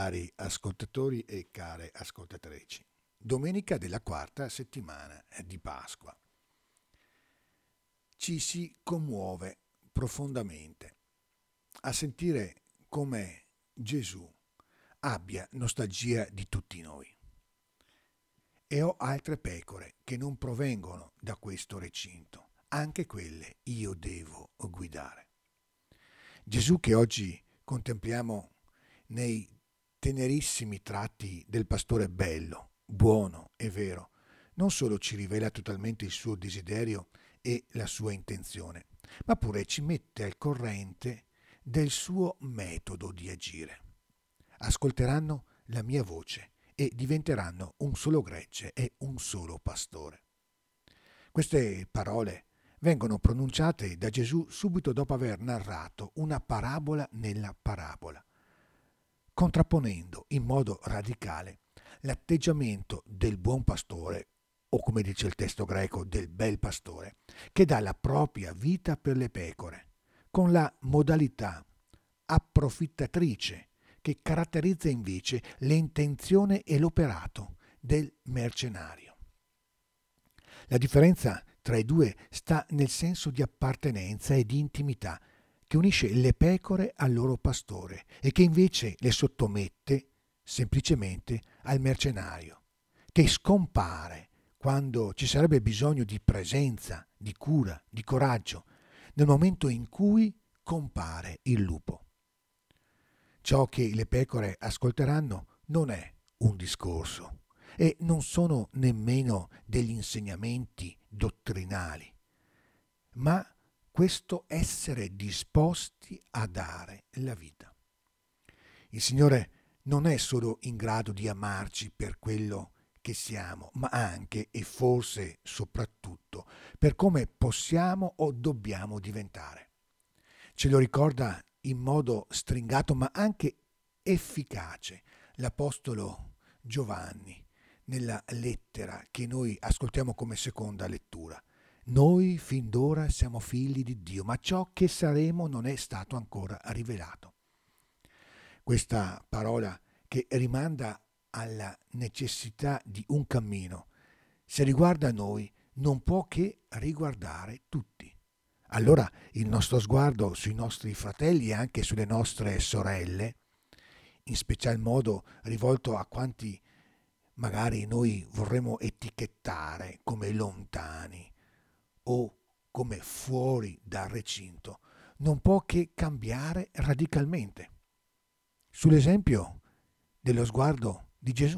Cari ascoltatori e care ascoltatrici, domenica della quarta settimana di Pasqua. Ci si commuove profondamente a sentire come Gesù abbia nostalgia di tutti noi. E ho altre pecore che non provengono da questo recinto, anche quelle io devo guidare. Gesù che oggi contempliamo nei tenerissimi tratti del pastore bello, buono e vero, non solo ci rivela totalmente il suo desiderio e la sua intenzione, ma pure ci mette al corrente del suo metodo di agire. Ascolteranno la mia voce e diventeranno un solo gregge e un solo pastore. Queste parole vengono pronunciate da Gesù subito dopo aver narrato una parabola nella parabola, contrapponendo in modo radicale l'atteggiamento del buon pastore, o come dice il testo greco, del bel pastore, che dà la propria vita per le pecore, con la modalità approfittatrice che caratterizza invece l'intenzione e l'operato del mercenario. La differenza tra i due sta nel senso di appartenenza e di intimità che unisce le pecore al loro pastore e che invece le sottomette semplicemente al mercenario, che scompare quando ci sarebbe bisogno di presenza, di cura, di coraggio, nel momento in cui compare il lupo. Ciò che le pecore ascolteranno non è un discorso e non sono nemmeno degli insegnamenti dottrinali, ma questo essere disposti a dare la vita. Il Signore non è solo in grado di amarci per quello che siamo, ma anche e forse soprattutto per come possiamo o dobbiamo diventare. Ce lo ricorda in modo stringato ma anche efficace l'Apostolo Giovanni nella lettera che noi ascoltiamo come seconda lettura. Noi fin d'ora siamo figli di Dio, ma ciò che saremo non è stato ancora rivelato. Questa parola che rimanda alla necessità di un cammino, se riguarda noi, non può che riguardare tutti. Allora il nostro sguardo sui nostri fratelli e anche sulle nostre sorelle, in special modo rivolto a quanti magari noi vorremmo etichettare come lontani o come fuori dal recinto, non può che cambiare radicalmente. Sull'esempio dello sguardo di Gesù.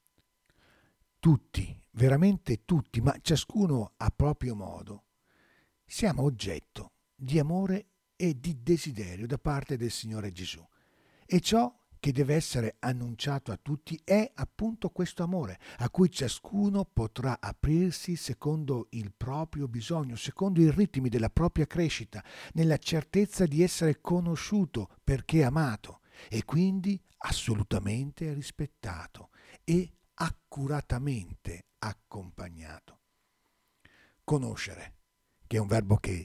Tutti, veramente tutti, ma ciascuno a proprio modo, siamo oggetto di amore e di desiderio da parte del Signore Gesù. E ciò che deve essere annunciato a tutti è appunto questo amore, a cui ciascuno potrà aprirsi secondo il proprio bisogno, secondo i ritmi della propria crescita, nella certezza di essere conosciuto perché amato e quindi assolutamente rispettato e accuratamente accompagnato. Conoscere, che è un verbo che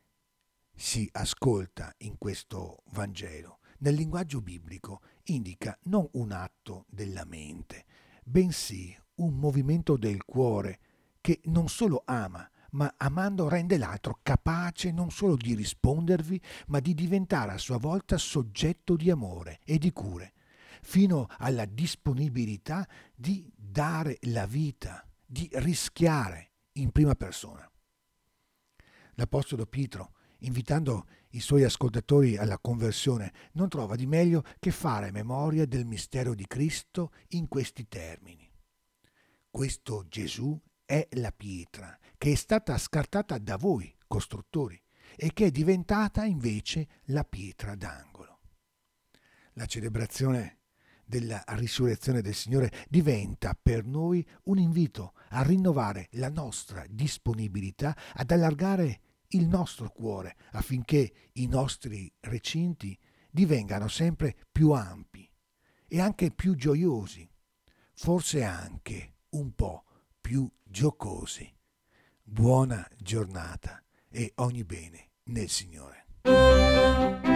si ascolta in questo Vangelo, nel linguaggio biblico indica non un atto della mente, bensì un movimento del cuore che non solo ama, ma amando rende l'altro capace non solo di rispondervi, ma di diventare a sua volta soggetto di amore e di cure, fino alla disponibilità di dare la vita, di rischiare in prima persona. L'Apostolo Pietro, invitando i suoi ascoltatori alla conversione, non trova di meglio che fare memoria del mistero di Cristo in questi termini. Questo Gesù è la pietra che è stata scartata da voi, costruttori, e che è diventata invece la pietra d'angolo. La celebrazione della risurrezione del Signore diventa per noi un invito a rinnovare la nostra disponibilità ad allargare il nostro cuore affinché i nostri recinti divengano sempre più ampi e anche più gioiosi, forse anche un po' più giocosi. Buona giornata e ogni bene nel Signore.